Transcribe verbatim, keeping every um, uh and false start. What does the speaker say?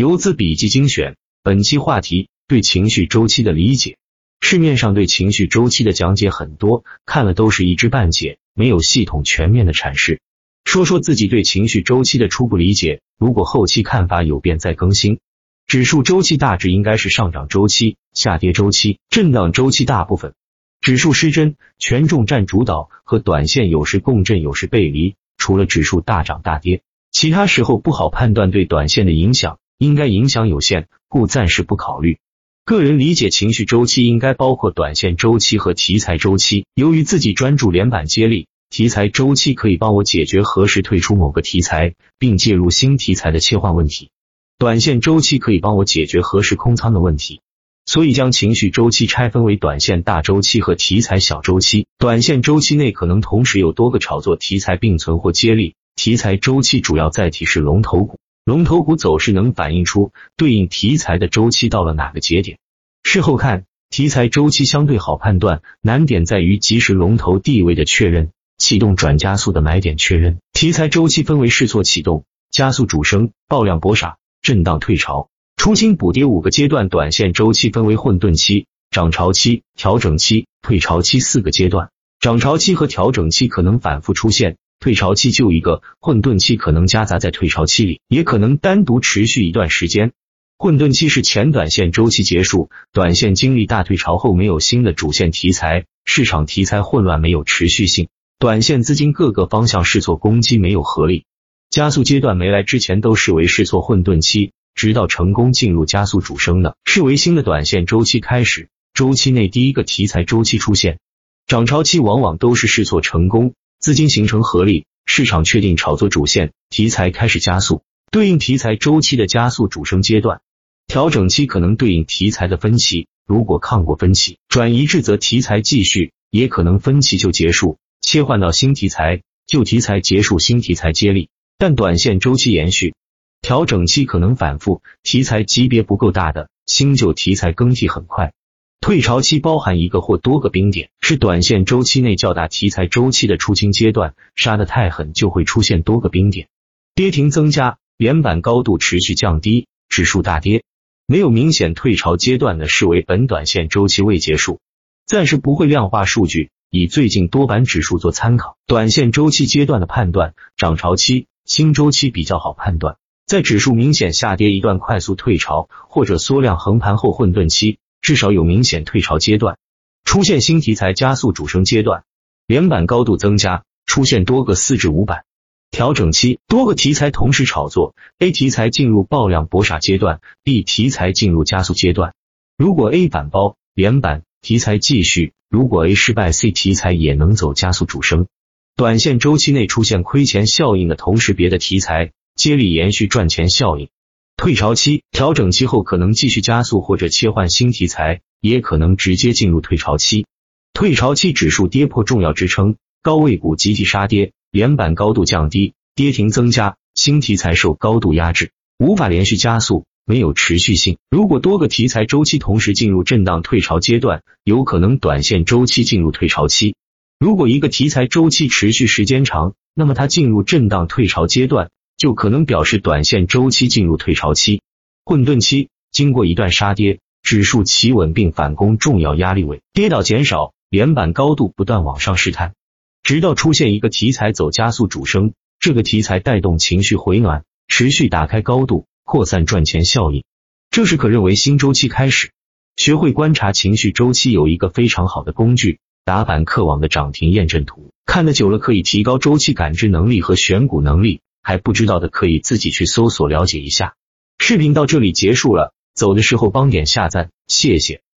游资笔记精选，本期话题：对情绪周期的理解。市面上对情绪周期的讲解很多，看了都是一知半解，没有系统全面的阐释。说说自己对情绪周期的初步理解，如果后期看法有变再更新。指数周期大致应该是上涨周期、下跌周期、震荡周期大部分。指数失真，权重占主导，和短线有时共振有时背离，除了指数大涨大跌，其他时候不好判断对短线的影响，应该影响有限，故暂时不考虑。个人理解情绪周期应该包括短线周期和题材周期，由于自己专注连板接力，题材周期可以帮我解决何时退出某个题材，并介入新题材的切换问题。短线周期可以帮我解决何时空仓的问题。所以将情绪周期拆分为短线大周期和题材小周期。短线周期内可能同时有多个炒作题材并存或接力，题材周期主要载体是龙头股。龙头股走势能反映出对应题材的周期到了哪个节点。事后看，题材周期相对好判断，难点在于及时龙头地位的确认，启动转加速的买点确认。题材周期分为试错启动、加速主升、爆量博傻、震荡退潮、出清补跌五个阶段。短线周期分为混沌期、涨潮期、调整期、退潮期四个阶段。涨潮期和调整期可能反复出现，退潮期就一个，混沌期可能夹杂在退潮期里，也可能单独持续一段时间。混沌期是前短线周期结束，短线经历大退潮后没有新的主线题材，市场题材混乱没有持续性，短线资金各个方向试错攻击没有合力。加速阶段没来之前都视为试错混沌期，直到成功进入加速主升的，视为新的短线周期开始，周期内第一个题材周期出现。涨潮期往往都是试错成功，资金形成合力，市场确定炒作主线，题材开始加速，对应题材周期的加速主升阶段。调整期可能对应题材的分歧，如果抗过分歧，转一致则题材继续，也可能分歧就结束，切换到新题材，旧题材结束，新题材接力，但短线周期延续。调整期可能反复，题材级别不够大的，新旧题材更替很快。退潮期包含一个或多个冰点，是短线周期内较大题材周期的出清阶段，杀得太狠就会出现多个冰点。跌停增加，连板高度持续降低，指数大跌。没有明显退潮阶段的视为本短线周期未结束，暂时不会量化数据，以最近多板指数做参考。短线周期阶段的判断，涨潮期、新周期比较好判断。在指数明显下跌一段快速退潮或者缩量横盘后混沌期，至少有明显退潮阶段，出现新题材加速主升阶段，连板高度增加，出现多个四至五板。调整期，多个题材同时炒作， A 题材进入爆量博傻阶段， B 题材进入加速阶段。如果 A 反包连板，题材继续，如果 A 失败， C 题材也能走加速主升。短线周期内出现亏钱效应的同时，别的题材接力延续赚钱效应。退潮期、调整期后可能继续加速或者切换新题材，也可能直接进入退潮期。退潮期指数跌破重要支撑，高位股集体杀跌，连板高度降低，跌停增加，新题材受高度压制，无法连续加速，没有持续性。如果多个题材周期同时进入震荡退潮阶段，有可能短线周期进入退潮期。如果一个题材周期持续时间长，那么它进入震荡退潮阶段，就可能表示短线周期进入退潮期。混沌期，经过一段杀跌，指数企稳并反攻重要压力位，跌倒减少，连板高度不断往上试探，直到出现一个题材走加速主升，这个题材带动情绪回暖，持续打开高度，扩散赚钱效应，这是可认为新周期开始。学会观察情绪周期有一个非常好的工具，打板客网的涨停验证图，看得久了可以提高周期感知能力和选股能力，还不知道的可以自己去搜索了解一下。视频到这里结束了，走的时候帮点下赞，谢谢。